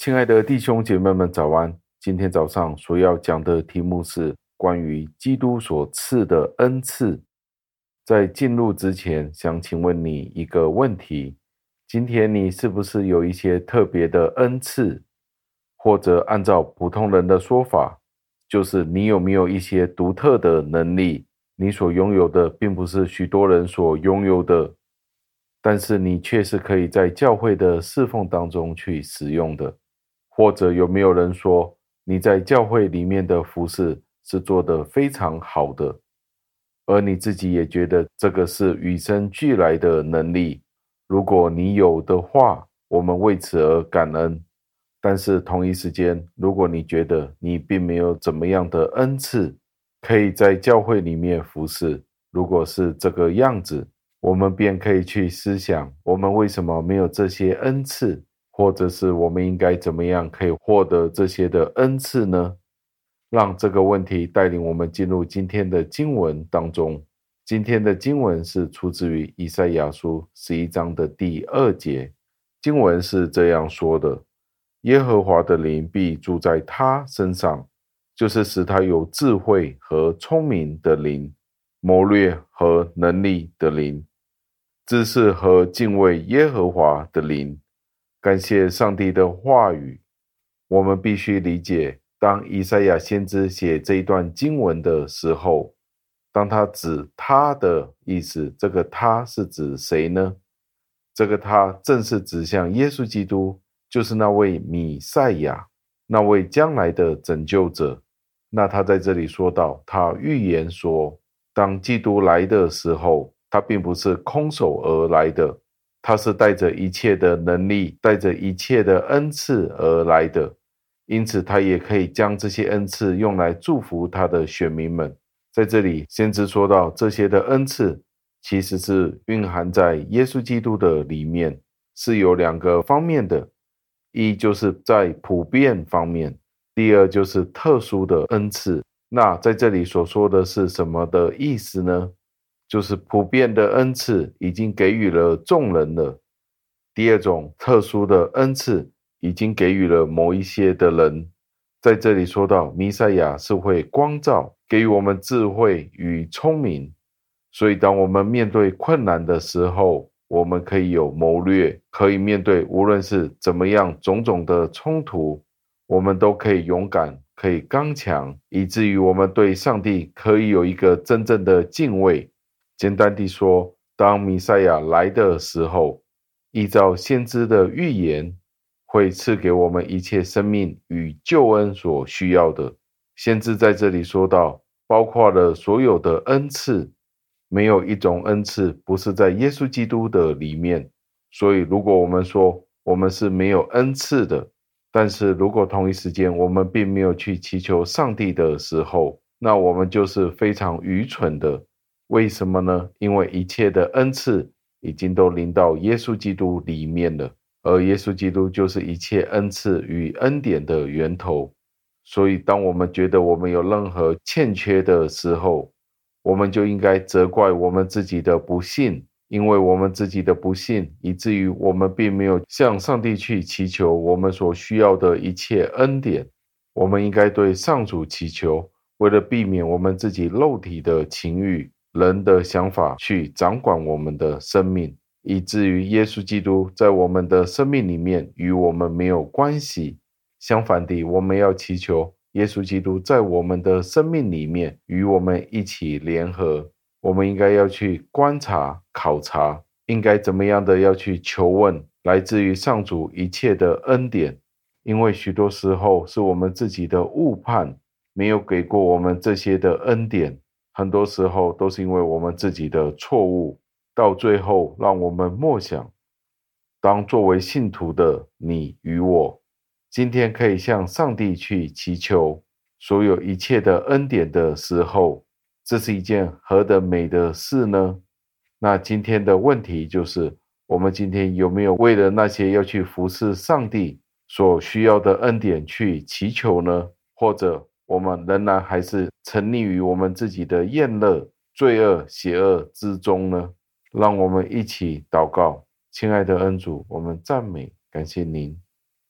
亲爱的弟兄姐妹们，早安！今天早上所要讲的题目是关于基督所赐的恩赐。在进入之前，想请问你一个问题：今天你是不是有一些特别的恩赐？或者按照普通人的说法，就是你有没有一些独特的能力？你所拥有的并不是许多人所拥有的，但是你却是可以在教会的侍奉当中去使用的。或者有没有人说你在教会里面的服事是做得非常好的，而你自己也觉得这个是与生俱来的能力？如果你有的话，我们为此而感恩。但是同一时间，如果你觉得你并没有怎么样的恩赐，可以在教会里面服事，如果是这个样子，我们便可以去思想，我们为什么没有这些恩赐，或者是我们应该怎么样可以获得这些的恩赐呢？让这个问题带领我们进入今天的经文当中。今天的经文是出自于以赛亚书11章的第2节，经文是这样说的：耶和华的灵必住在他身上，就是使他有智慧和聪明的灵，谋略和能力的灵，知识和敬畏耶和华的灵。感谢上帝的话语。我们必须理解，当以赛亚先知写这一段经文的时候，当他指他的意思，这个他是指谁呢？这个他正是指向耶稣基督，就是那位弥赛亚，那位将来的拯救者。那他在这里说到，他预言说，当基督来的时候，他并不是空手而来的，他是带着一切的能力，带着一切的恩赐而来的，因此他也可以将这些恩赐用来祝福他的选民们。在这里，先知说到这些的恩赐其实是蕴含在耶稣基督的里面，是有2个方面的，一就是在普遍方面，第二就是特殊的恩赐。那在这里所说的是什么的意思呢？就是普遍的恩赐已经给予了众人了，第二种特殊的恩赐已经给予了某一些的人。在这里说到弥赛亚是会光照，给予我们智慧与聪明，所以当我们面对困难的时候，我们可以有谋略，可以面对无论是怎么样种种的冲突，我们都可以勇敢，可以刚强，以至于我们对上帝可以有一个真正的敬畏。简单地说，当弥赛亚来的时候，依照先知的预言，会赐给我们一切生命与救恩所需要的。先知在这里说到，包括了所有的恩赐，没有一种恩赐不是在耶稣基督的里面。所以如果我们说我们是没有恩赐的，但是如果同一时间我们并没有去祈求上帝的时候，那我们就是非常愚蠢的。为什么呢？因为一切的恩赐已经都临到耶稣基督里面了，而耶稣基督就是一切恩赐与恩典的源头。所以当我们觉得我们有任何欠缺的时候，我们就应该责怪我们自己的不信，因为我们自己的不信，以至于我们并没有向上帝去祈求我们所需要的一切恩典。我们应该对上主祈求，为了避免我们自己肉体的情欲、人的想法去掌管我们的生命，以至于耶稣基督在我们的生命里面与我们没有关系。相反地，我们要祈求耶稣基督在我们的生命里面与我们一起联合。我们应该要去观察、考察，应该怎么样的要去求问来自于上主一切的恩典，因为许多时候是我们自己的误判，没有给过我们这些的恩典。很多时候都是因为我们自己的错误，到最后让我们默想，当作为信徒的你与我，今天可以向上帝去祈求所有一切的恩典的时候，这是一件何等美的事呢？那今天的问题就是，我们今天有没有为了那些要去服侍上帝所需要的恩典去祈求呢？或者我们仍然还是沉溺于我们自己的厌乐、罪恶、邪恶之中呢？让我们一起祷告。亲爱的恩主，我们赞美感谢您，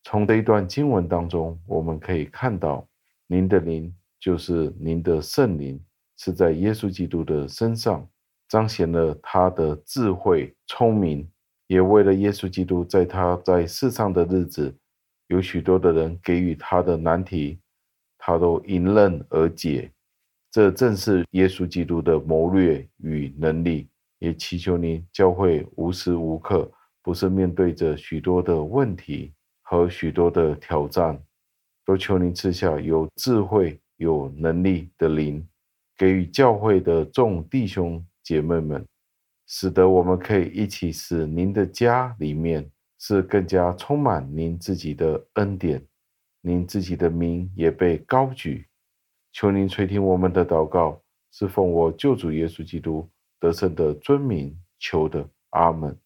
从这一段经文当中，我们可以看到，您的灵就是您的圣灵，是在耶稣基督的身上，彰显了他的智慧、聪明，也为了耶稣基督在他在世上的日子，有许多的人给予他的难题，他都迎刃而解。这正是耶稣基督的谋略与能力。也祈求您教会无时无刻不是面对着许多的问题和许多的挑战，都求您赐下有智慧、有能力的灵，给予教会的众弟兄姐妹们，使得我们可以一起使您的家里面是更加充满您自己的恩典，您自己的名也被高举。求您垂听我们的祷告，是奉我救主耶稣基督得胜的尊名求的，阿们。